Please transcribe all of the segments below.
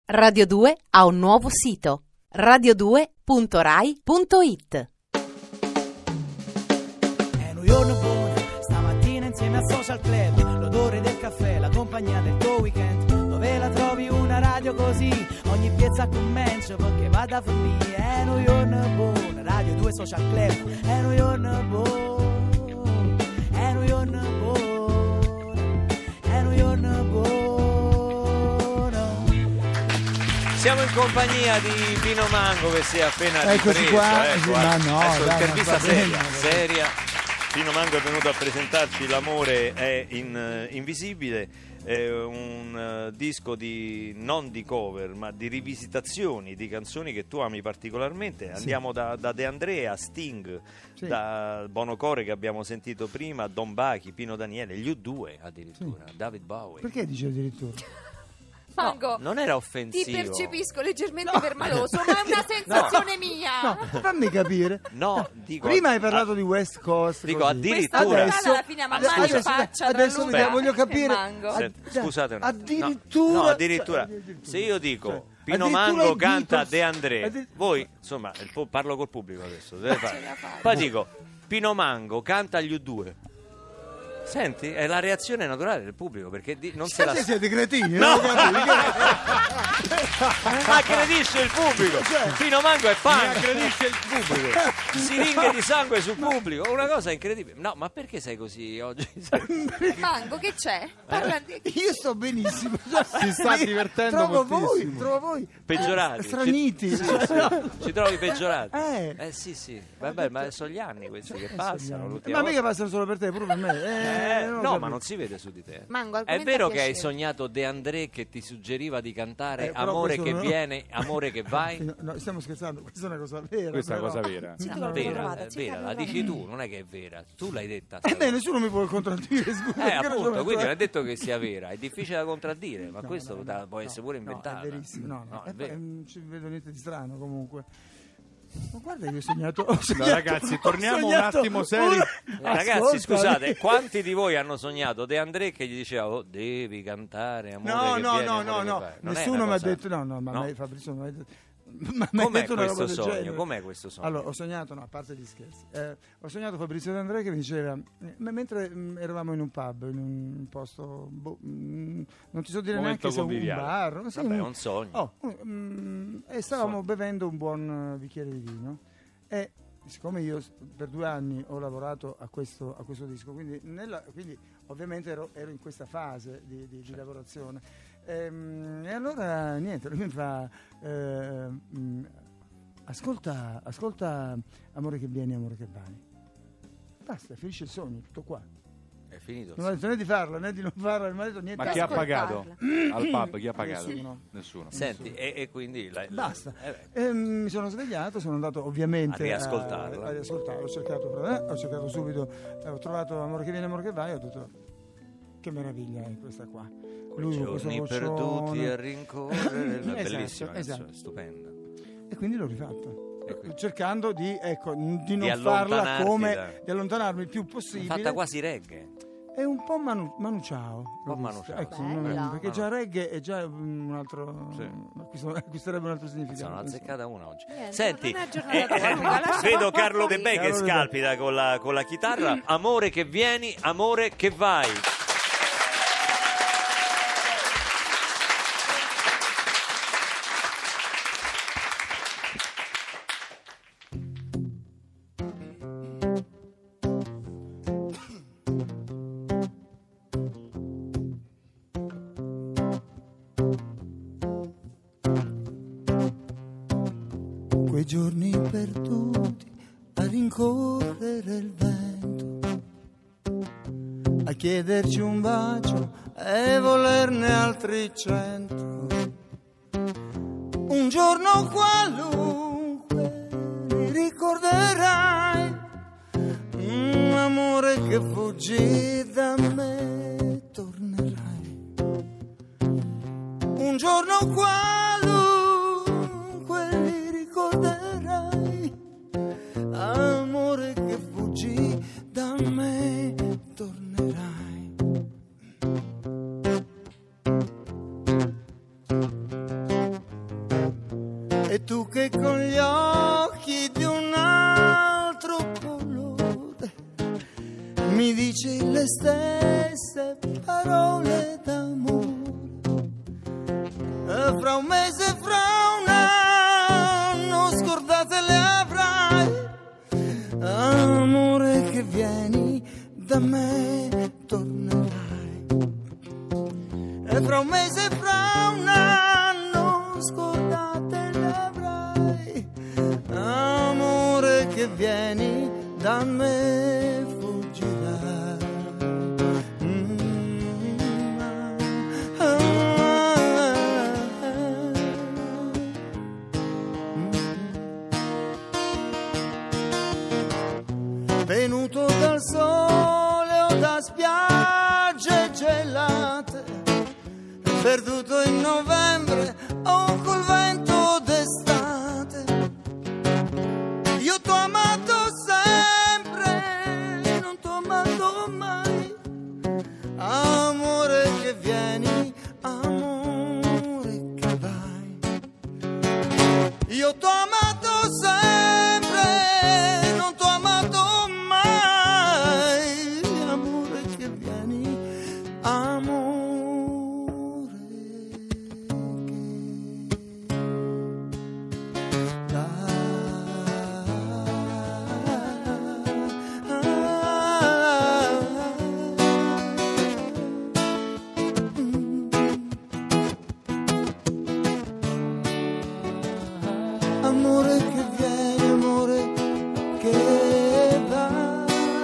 Radio 2 ha un nuovo sito: radio2.rai.it. È un giorno buono, stamattina insieme al Social Club, l'odore del caffè, la compagnia del tuo weekend. Dove la trovi una radio così? Ogni piazza commencia perché vada a finire. È un giorno buono, Radio 2 Social Club. È un giorno buono, è un giorno buono, è un giorno buono. Siamo in compagnia di Pino Mango che si è appena Eccoci ripreso. qua. Ecco, Ma no, adesso dai, intervista non va bene. seria. Pino Mango è venuto a presentarci L'amore è invisibile, è un disco non di cover ma di rivisitazioni di canzoni che tu ami particolarmente. Andiamo da De André a Sting, Sì. da Bono Core che abbiamo sentito prima, Don Bachi, Pino Daniele, gli U2 addirittura, David Bowie. Perché dice addirittura? Mango, Non era offensivo. ti percepisco leggermente permaloso, ma è una sensazione mia. No, fammi capire. No, dico, Prima hai parlato di West Coast. dico così. addirittura. Questa Adesso- alla fine a man mano adesso- faccia adesso tra lui voglio e capire. Mango. Senti, scusate un attimo. Addirittura. No, addirittura. Cioè, Se io dico cioè, Pino addirittura Mango i canta Beatles- De André, addir- voi insomma parlo col pubblico adesso, deve fare. Ce la fai. Poi dico Pino Mango canta gli U2. Senti, è la reazione naturale del pubblico perché non se la Siete cretini, No. non capite? aggredisce il pubblico. Cioè, Pino Mango è punk, aggredisce il pubblico. siringhe di sangue sul pubblico, una cosa incredibile. No, ma perché sei così oggi? Mango, che c'è? Parla di... Io sto benissimo. Si sta divertendo moltissimo. Trovo voi Peggiorati. straniti. Ci trovi peggiorati? Sì. Sì. Vabbè, ma sono gli anni questi che passano. l'ultima Ma volta. mica passano solo per te, pure per me. Non ho No, ma capito. non si vede su di te. Mango, È argomenta vero a che hai piacere. sognato De André che ti suggeriva di cantare Però Amore questo che no. viene, amore che vai? No, stiamo scherzando, questa è una cosa vera. Questa è una però. cosa vera. Sì, No, tu l'hai trovata, è sì, vera, la l'hai dici tu, non è che è vera. Tu l'hai detta. Nessuno mi può contraddire, scusa. perché non Appunto, sono- quindi non è detto che sia vera, è difficile da contraddire, ma No, questo no, può essere pure inventato. No, è verissimo. No, è vero. non ci vedo niente di strano comunque. Ma guarda che ho sognato. No, ragazzi, torniamo un attimo seri. Ragazzi, Ascolta, scusate, quanti di voi hanno sognato De André che gli diceva "Oh, devi cantare Amore che viene, amore che vai"? Non è Nessuno una mi ha cosa- detto ma No? me, Fabrizio non mi ha detto. Ma mi hai Com'è detto una questo roba del sogno? genere. Com'è questo sogno? Allora, ho sognato, no, a parte gli scherzi, ho sognato Fabrizio De André che mi diceva, mentre eravamo in un pub, in un posto, non ti so dire Momento neanche se un conviviale. bar, sì, Vabbè, è un sogno. e stavamo bevendo un buon bicchiere di vino e siccome io per 2 anni ho lavorato a questo disco, quindi ovviamente ero in questa fase di lavorazione. E allora niente, lui mi fa ascolta Amore che vieni, amore che vai. Basta, finisce il sogno, tutto qua. È finito. Non ho detto né di farlo né di non farlo, non mi ha detto niente. Ma chi ha Ascoltarla. pagato? Al pub chi ha pagato? Nessuno. Senti, e quindi Basta. Mi sono svegliato, sono andato ovviamente A riascoltarla. a riascoltarlo, ho cercato subito, ho trovato Amore che viene, amore che vai, ho detto che meraviglia è questa qua. Quei giorni con questo perduti vocione. a rincorrere, Esatto, bellissima canzone, esatto. stupenda. E quindi l'ho rifatto. E quindi? Cercando di non allontanarti farla di allontanarmi il più possibile. Fatta quasi reggae. È un po' Manu Chao. Un po' Manu Chao. Ecco, Bella. perché già reggae è già un altro. Sì. Acquisterebbe un altro significato. Sono azzeccata una oggi. Niente, Senti, non è giornata tua, Luca, lascia vedo qua Carlo De fuori. Be che scalpita con la chitarra. Amore che vieni, amore che vai. Quei giorni perduti a rincorrere il vento, a chiederci un bacio e volerne altri 100. Un giorno qualunque mi ricorderai, un amore che fuggì da me, tornerai. Un giorno qualunque mi ricorderai, amore che fuggì da me, tornerai. E tu che con gli occhi di un altro colore mi dici le stesse parole d'amore. Fra un mese, fra un anno, scordate le avrai. Amore che vieni da me tornerai. E fra un mese, fra un anno, scordate le avrai. Amore che vieni da me fuggirai. Venuto dal sole o da spiagge gelate, perduto in novembre o col vento d'estate. Io t'ho amato sempre, non t'ho amato mai. Amore che vieni, amore che vai. Io t'ho amato sempre, non t'ho amato mai. Amore che vieni, amore che amore che vieni, amore che va.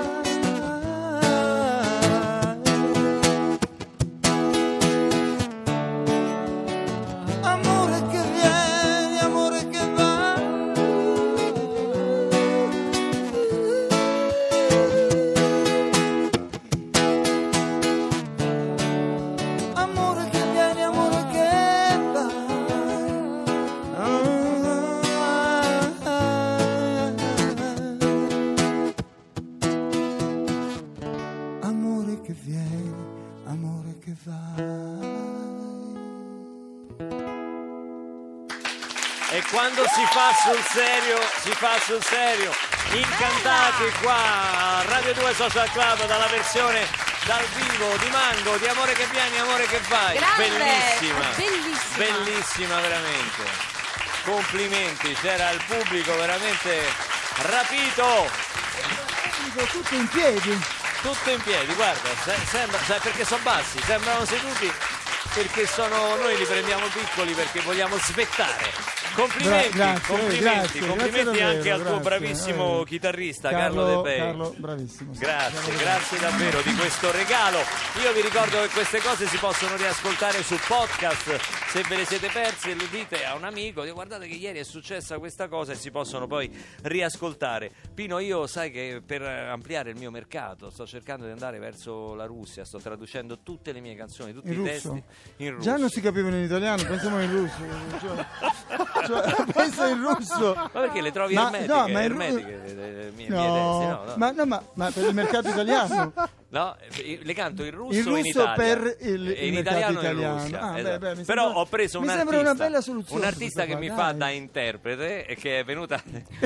Amore che vieni, amore che va. Amore che vieni, amore che va. Amore che vieni, amore che vai. E quando si fa sul serio, si fa sul serio. Incantati qua a Radio 2 Social Club dalla versione dal vivo di Mango, di Amore che vieni, amore che vai. Grande, Bellissima. bellissima. Bellissima veramente. Complimenti, c'era il pubblico veramente rapito. Tutto in piedi. Tutto in piedi, guarda, sembra, sai perché sono bassi, sembrano seduti perché noi li prendiamo piccoli perché vogliamo svettare. Complimenti, complimenti anche al tuo bravissimo chitarrista Carlo De Bei. Carlo, bravissimo. Grazie davvero di questo regalo. Io vi ricordo che queste cose si possono riascoltare su podcast. Se ve le siete perse, lo dite a un amico, guardate che ieri è successa questa cosa, e si possono poi riascoltare. Pino, io sai che per ampliare il mio mercato sto cercando di andare verso la Russia, sto traducendo tutte le mie canzoni, tutti i testi in russo. Già non si capivano in italiano, pensiamo in russo. Pensa in russo. Ma perché le trovi ermetiche? No, ma ermetiche le mie testi? Ma per il mercato italiano. No, le canto in russo, In russo in Italia, per e il in mercato italiano e in italiano. Russia. Però Però ho preso mi un sembra artista, una bella soluzione. un artista che mi fa da interprete e che è venuta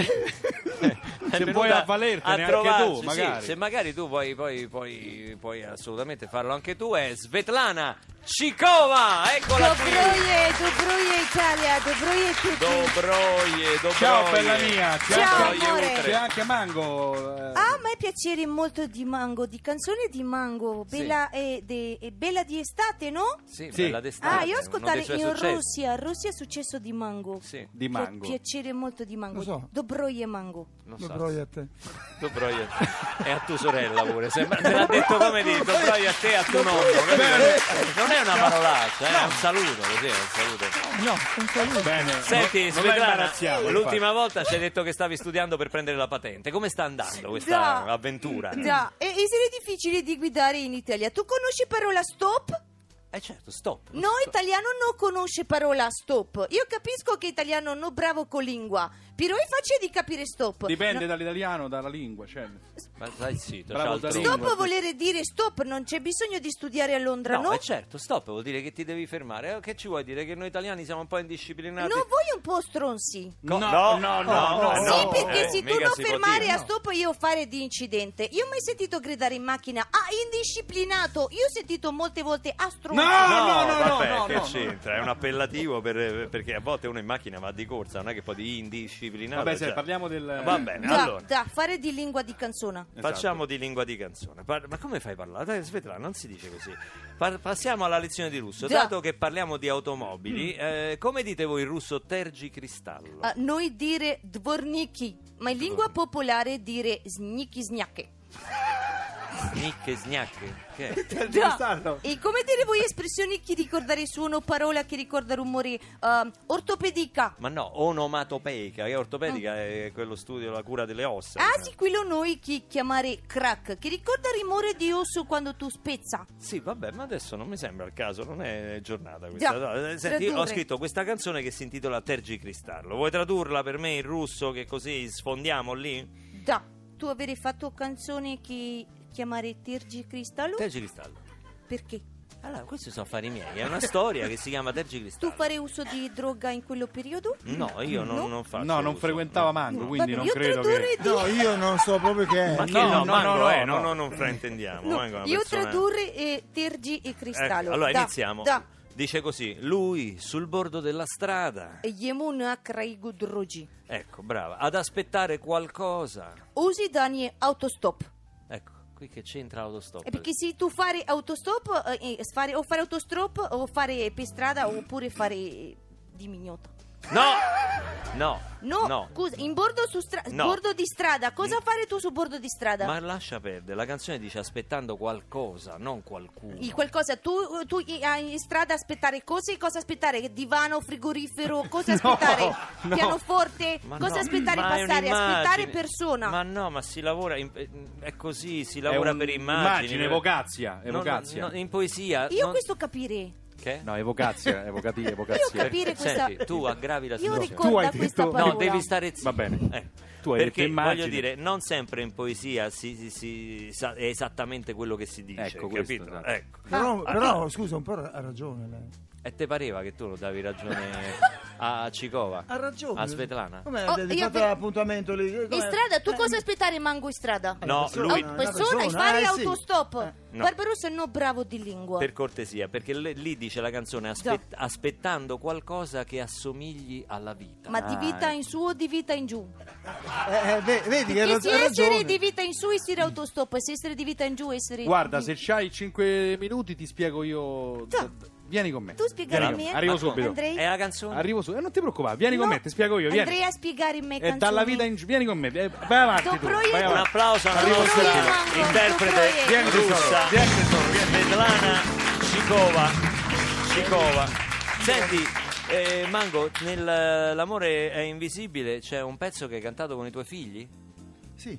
Se vuoi avvalertene anche trovarci, tu, magari. sì, se magari tu puoi assolutamente farlo anche tu. È Svetlana Chikova, eccola qui. Dobroje Italia, dobroje tutti. Dobroje. Ciao bella mia, Ciao, Dobroje amore. Utre. c'è anche Mango. A me piacere molto di Mango, di canzoni di Mango, Sì. bella di estate, no? Sì, Sì. bella d'estate. Io uno ascoltare dei suoi in successi. Russia è successo di Mango. Sì, Di Mango. Piacere molto di Mango. Lo so. Dobroje Mango. non so. Dobroje a te. Dobroje e a tua sorella pure. Te l'ha detto come dire, dobroje a te e a tuo nonno. Non è una parolaccia, è un saluto, così è un saluto. No, un saluto. Bene. Senti, non la Svetlana, imbarazziamo, l'ultima volta ci hai detto che stavi studiando per prendere la patente. Come sta andando questa Già. avventura? Già, e sarà difficile di guidare in Italia. Tu conosci parola stop? Certo, stop. No, italiano non conosce parola stop. Io capisco che italiano non bravo con lingua, però è facile di capire stop. Dipende No. dall'italiano, dalla lingua. Cioè. Ma stai zitto, Bravo, c'ha altro. Danilo. Stop vuol dire stop, non c'è bisogno di studiare a Londra, No, no? certo, stop vuol dire che ti devi fermare. Che ci vuoi dire? Che noi italiani siamo un po' indisciplinati? No, voi un po' stronzi. No, Sì, perché se tu mica non si può fermare dire. a stop io fare di incidente. Io ho mai sentito gridare in macchina indisciplinato. Io ho sentito molte volte stronzo. Vabbè, che no. c'entra? È un appellativo perché a volte uno in macchina va di corsa, non è che poi di indisciplinato. Vabbè, cioè. parliamo del... Va bene, Da, allora. fare di lingua di canzone. Facciamo di lingua di canzone. Ma come fai a parlare? Dai, Svetlana, non si dice così. Passiamo alla lezione di russo. Già. Dato che parliamo di automobili, come dite voi in russo tergicristallo? Noi dire dvorniki, ma in lingua popolare dire snicchi sgnacche. Snicche, snacche. Che è? Già. E come dire voi espressioni che ricordare suono, parola che ricorda rumori, ortopedica. Ma no, onomatopeica, che ortopedica è quello studio, la cura delle ossa. Sì, quello noi che chiamare crack, che ricorda rumore di osso quando tu spezza. Sì, vabbè, ma adesso non mi sembra il caso, non è giornata questa. Già, No, senti, io ho tradurre. scritto questa canzone che si intitola Tergicristallo. Vuoi tradurla per me in russo, che così sfondiamo lì? Da, tu avevi fatto canzone che chiamare tergicristallo? Tergicristallo. Perché? Allora, questi sono affari miei, è una storia che si chiama Tu Tergicristallo. fare uso di droga in quello periodo? No, io non faccio. No, non uso. frequentava Mango, quindi Vabbè, non io credo tradurre che... di... No, io non so proprio che è. Ma che No, Mango no. non fraintendiamo. No, Mango è una io persona- tradurre tergi e cristallo. Ecco, allora Da, iniziamo. Da, Dice così: lui sul bordo della strada. Yemun Akraigu Drogi. Ecco, brava. Ad aspettare qualcosa. Usi Dani autostop. Ecco, qui che c'entra l'autostop. E perché se tu fare autostop, o fare autostop o fare per strada oppure fare di mignota. No. No, scusa, in bordo, No. bordo di strada. Cosa fare tu su bordo di strada? Ma lascia perdere, la canzone dice aspettando qualcosa, non qualcuno. Il qualcosa, tu in strada aspettare cosa aspettare? Divano, frigorifero, cosa aspettare? no. Pianoforte, Ma cosa no, aspettare ma è passare? un'immagine. Aspettare persona. Ma no, ma si lavora, è così, si È lavora per immagini. evocazia. No, in poesia. Io non- questo capire. Che? No, evocazia, evocativo. Io capire questa. Senti, tu aggravi la Io situazione. Tu ricordo hai questa detto- parola. No, devi stare zitto. Va bene. Tu hai Perché detto immagine. voglio dire, non sempre in poesia è esattamente quello che si dice, Ecco, questo, capito? esatto. Ecco. Però, scusa, un po' ha ragione lei. E te pareva che tu lo davi ragione a Cicova? Ha ragione. A Svetlana? Come Oh, avete io fatto per- l'appuntamento lì? In strada, tu cosa aspettare mango in strada? No, lui Una Persona, persona, fare sì. autostop. No. Barbarossa è no bravo di lingua. per cortesia, perché lì dice la canzone aspettando qualcosa che assomigli alla vita. Ma di vita in su o di vita in giù? Vedi che Perché se ha essere ragione. di vita in su essere autostop, se essere di vita in giù essere... Guarda, di- se c'hai 5 minuti ti spiego io... Già. Vieni con me. Tu spiegare Vieni me? con me. Arrivo subito. Andrei? È la canzone? Arrivo subito. Non ti preoccupare, vieni con No. me, ti spiego io, vieni. Andrei a spiegare me E canzoni. dalla vita in giù, vieni con me, vai avanti tu, Dobro vai je. Un avanti. applauso alla Arrivo nostra subito. Mango, interprete dobro je. Vieni tesoro, russa, vieni tesoro, vieni. Svetlana Cicova. Senti, Mango, nell'amore è invisibile c'è un pezzo che hai cantato con i tuoi figli? Sì.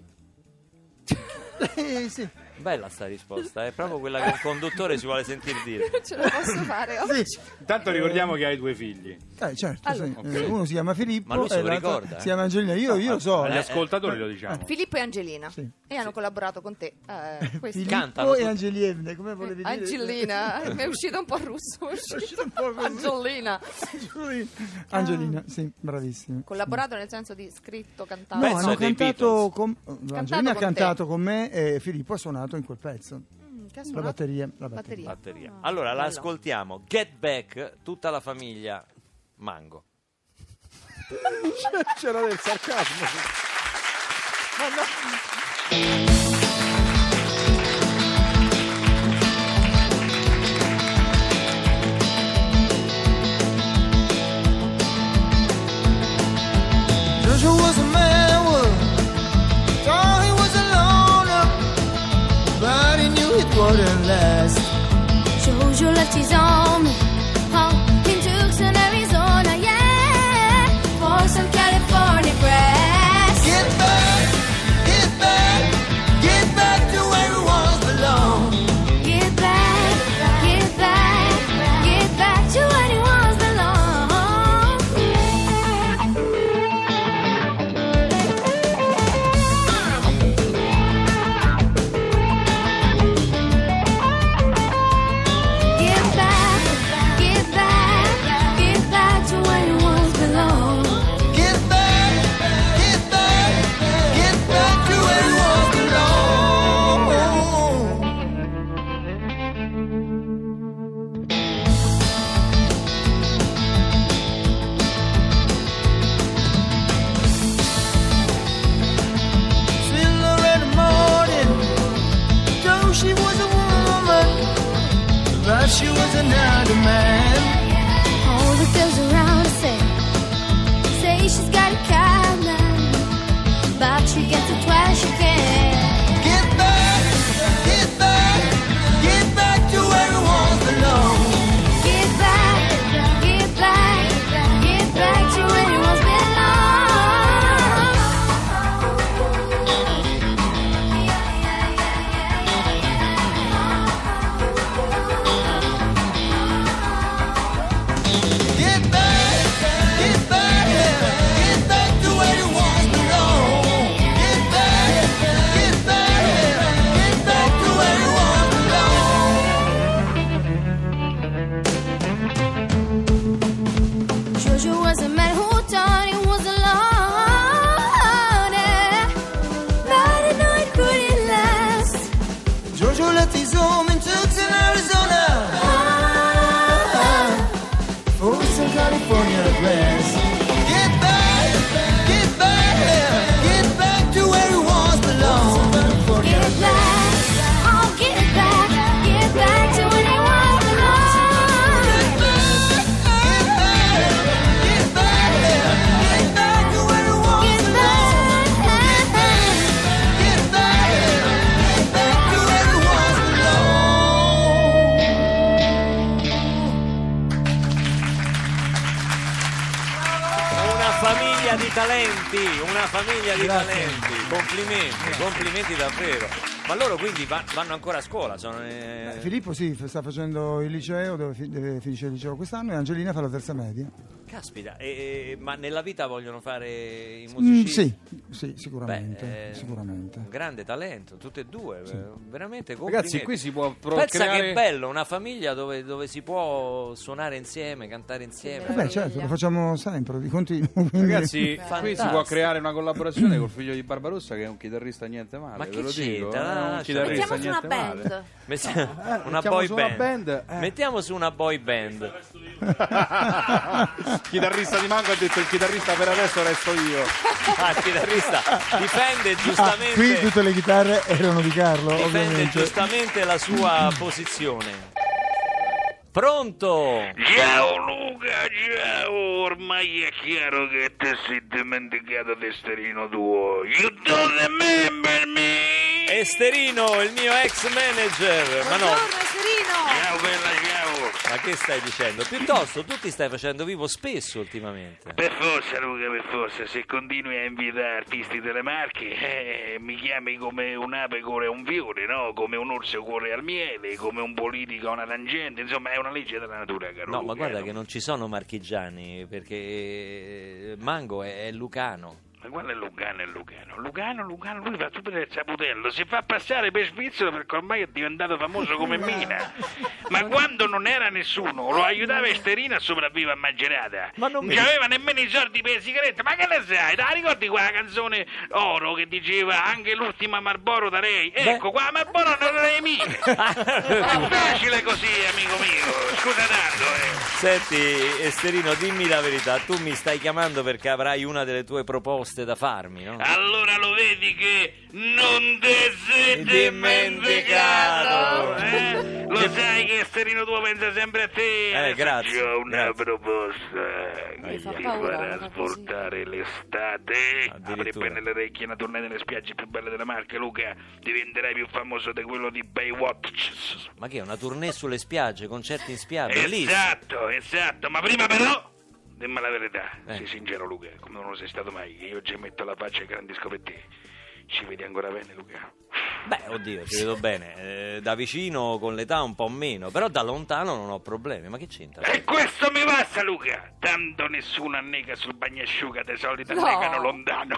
Sì. Bella sta risposta, è proprio quella che il conduttore si vuole sentir dire. Ce la posso fare oggi. Sì. Intanto ricordiamo che hai 2 figli. Certo, Allora. sì. Uno si chiama Filippo Ma lui se e lo l'altro ricorda, si chiama Angelina. Io lo so. Agli ascoltatori lo diciamo. Filippo e Angelina. Sì. E hanno collaborato con te. Questo. Cantano Filippo e tutti. Angelievne, come volevi dire? Angelina, mi è uscito un po' russo. È uscito un po' così. Angelina. Angelina, sì, bravissima. Collaborato nel senso di scritto, cantato. No, Pezzo hanno dei cantato Beatles. Angelina ha con cantato con me e Filippo ha suonato in quel pezzo. Che ha La suonato? batteria. Batteria. Ah, Allora la bello. ascoltiamo. Get Back, tutta la famiglia Mango. C'era del sarcasmo. Joshua was a man, thought he was a loner, but he knew it wouldn't last. Jojo left his home, in Tucson, Arizona, yeah, for some California grass. Get back, get back, get back to where he once belonged. Get back, she was another man. All the girls around her say she's got a Cadillac, but she gets it twice she can. Get back, get back, get back to where it once belonged. Get back, get back, get back to where it once belonged. Get back, get back, get back to where it once belonged. Get back, get back, get back to where it once belonged. Jojo was a man who thought he was alone, but he knew it couldn't last. Jojo left his home in Tucson, Arizona, for some California grass. Get back, get back, get back to where it once belonged. Get back, oh get back to when he was alone. Get back, get back, get back, get back to where it once Get belonged. back. Get back, get back to where it once belonged. Una famiglia di talenti, una famiglia di Grazie. talenti. Complimenti davvero. Ma loro quindi vanno ancora a scuola? Filippo sì, sta facendo il liceo, dove finisce il liceo quest'anno, e Angelina fa la terza media. Caspita, ma nella vita vogliono fare i musicisti? Sì, sicuramente. Beh, sicuramente. Un grande talento, tutte e due, veramente complimenti. Ragazzi, qui si può Pensa creare... che bello, una famiglia dove si può suonare insieme, cantare insieme. Beh, certo, lo facciamo sempre, di continuo. quindi- Ragazzi, qui si Fantastico. può creare una collaborazione col figlio di Barbarossa, che è un chitarrista niente male. Ma ve che lo dico, c'entra? un Lascia- chitarrista Mettiamoci una niente male. band. Una mettiamo boy su una band. band, Mettiamo su una boy band. Il chitarrista di Mango ha detto: il chitarrista per adesso resto io. Ah, il chitarrista difende Ah, giustamente, qui tutte le chitarre erano di Carlo, difende ovviamente. giustamente la sua posizione. Pronto? Ciao Luca, ciao, ormai è chiaro che te sei dimenticato d'Esterino tuo. You don't remember me? Esterino, il mio ex manager. Ma no, Buongiorno, Serino. Ciao bella, ciao. ma che stai dicendo? Piuttosto tu ti stai facendo vivo spesso ultimamente. Per forza Luca, per forza, se continui a invitare artisti delle Marche, mi chiami come un'ape corre a un fiore, no? Come un orso corre al miele, come un politico a una tangente, insomma è una legge della natura, caro No, Luca. ma guarda che non ci sono marchigiani, perché Mango è lucano. Ma guarda Lugano è Lugano, lui fa tutto il saputello, si fa passare per svizzero perché ormai è diventato famoso come Mina. Ma quando non era nessuno, lo aiutava Esterina a sopravvivere a Macerata. Ma non mi- aveva nemmeno i soldi per le sigarette, ma che ne sai? Te la ricordi quella canzone Oro che diceva anche l'ultima Marlboro darei? Ecco, qua Marlboro non darei mica. È facile così, amico mio, scusa tanto, Senti, Esterino, dimmi la verità, tu mi stai chiamando perché avrai una delle tue proposte da farmi, no? Allora lo vedi che non ti sei Dimenticato. dimenticato, Lo sai che Esterino tuo pensa sempre a te. grazie, Ho una grazie. proposta Mi fa che ti paura, farà lo fa così. svoltare l'estate. Apri Addirittura. bene le orecchie una tournée nelle spiagge più belle della Marca, Luca. Diventerai più famoso di quello di Baywatch. Ma che è una tournée sulle spiagge, concerti in spiaggia, bellissimo. Esatto, ma prima però dimmi la verità, Eh. sii sincero Luca, come non lo sei stato mai, che io già metto la faccia ai grandi scopetti. Ci vedi ancora bene Luca? Beh, oddio, ti vedo bene, da vicino con l'età un po' meno, però da lontano non ho problemi, ma che c'entra? E questo mi basta Luca, tanto nessuno annega sul bagnasciuga, te solito No. annegano lontano.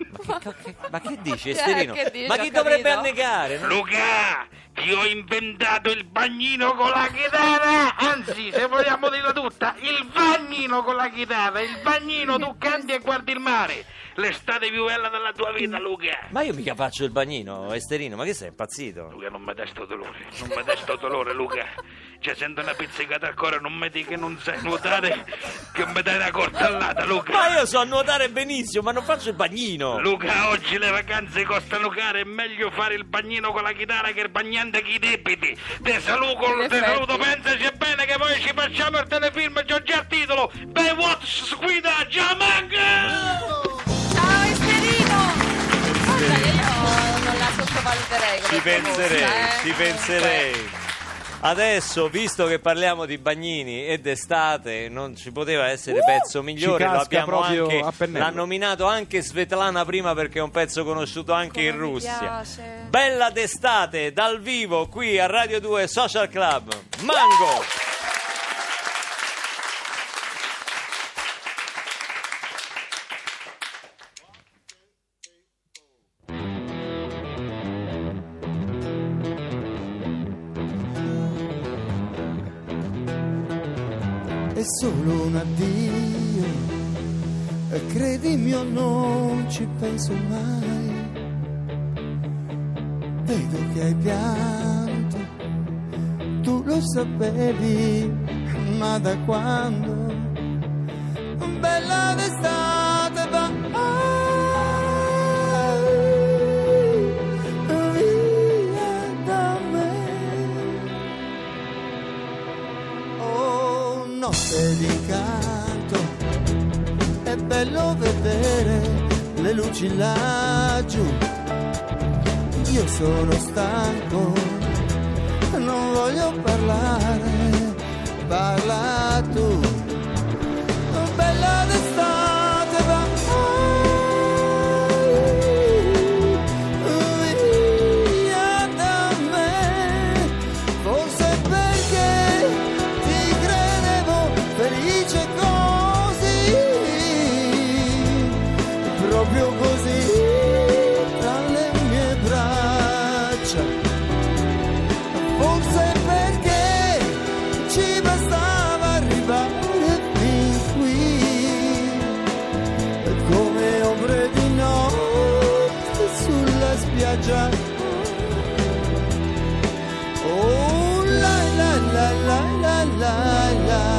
Ma che dici, Esterino? Che dici, Ma ho chi dovrebbe capito. annegare? no? Luca, ti ho inventato il bagnino con la chitarra, anzi se vogliamo dirla tutta, il bagnino con la chitarra, il bagnino tu canti e guardi il mare, l'estate più bella della tua vita Luca. Ma io mica faccio il bagnino, Esterino, ma che sei impazzito? Luca, non mi dai sto dolore, Luca. Cioè, sento una pizzicata al cuore, non mi dica che non sai nuotare, che mi dai una coltellata, Luca. Ma io so nuotare benissimo, ma non faccio il bagnino. Luca, oggi le vacanze costano care, è meglio fare il bagnino con la chitarra che il bagnante con i debiti. Te saluto, pensaci bene che poi ci facciamo il telefilm, c'ho già il titolo, Baywatch guida Giamanga! Ciao Esperino! Guarda che io non la sottovaluterei come Ci penserei. Adesso, visto che parliamo di bagnini ed estate, non ci poteva essere pezzo migliore. Lo abbiamo anche, l'ha nominato anche Svetlana prima perché è un pezzo conosciuto anche in Russia. Bella d'estate dal vivo qui a Radio 2 Social Club. Mango! È solo un addio, e credimi io non ci penso mai. Vedo che hai pianto, tu lo sapevi, ma da quando? Bella d'estate va via da me. Oh, notte d'incanto, è bello vedere le luci laggiù. Io sono stanco, non voglio parlare, parla tu. Bella d'estate va via da me. Forse perché ti credevo felice così, proprio così, tra le mie braccia. Forse perché ci bastava arrivare fin qui, come ombre di notte sulla spiaggia. Oh la la la la la la la.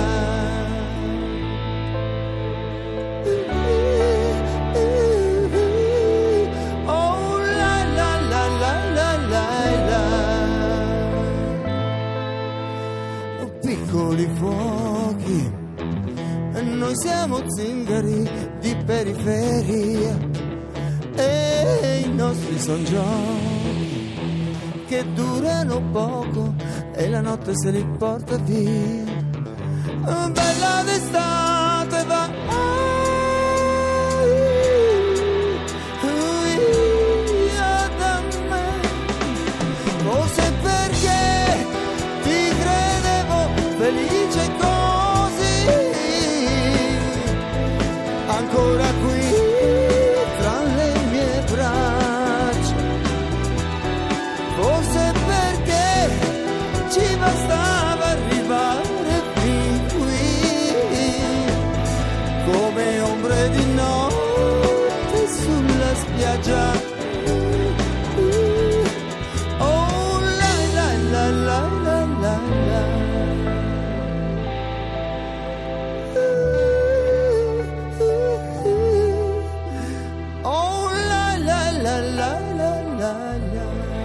Oh la la la la la la la. Piccoli fuochi, noi siamo zingari di periferia, e i nostri son giochi che durano poco e la notte se li porta via. Bella d'estate va via da me. Forse perché ti credevo felice così, ancora qui tra le mie braccia. Forse perché ci bastava arrivare fin qui, come ombre di notte sulla spiaggia. Oh la la la la la la la. Oh la la la la la la la.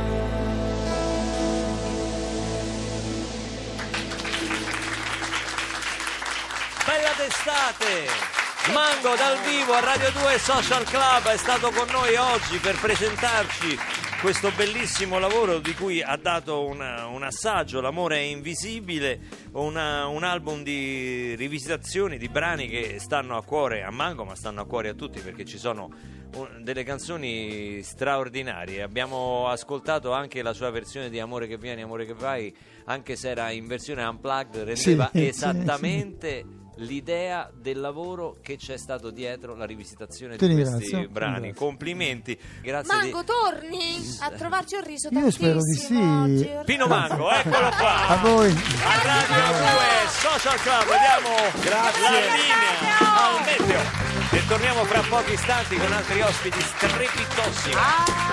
Bella d'estate! Mango dal vivo a Radio 2 Social Club è stato con noi oggi per presentarci questo bellissimo lavoro di cui ha dato un assaggio, L'amore è invisibile, un album di rivisitazioni di brani che stanno a cuore a Mango, ma stanno a cuore a tutti, perché ci sono delle canzoni straordinarie. Abbiamo ascoltato anche la sua versione di Amore che vieni, amore che vai, anche se era in versione unplugged, rendeva esattamente l'idea del lavoro che c'è stato dietro la rivisitazione di questi brani. Complimenti. Grazie. Mango, torni a trovarci un riso Io spero di sì. oggi. Pino Mango, eccolo qua. A voi. A Radio 2 Social Club, vediamo la linea al meteo e torniamo fra pochi istanti con altri ospiti strepitosi.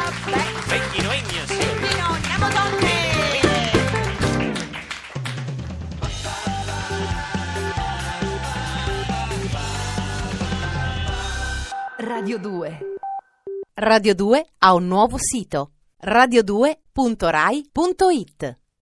Pino, andiamo donne. Radio 2. Radio 2 ha un nuovo sito: radio2.rai.it.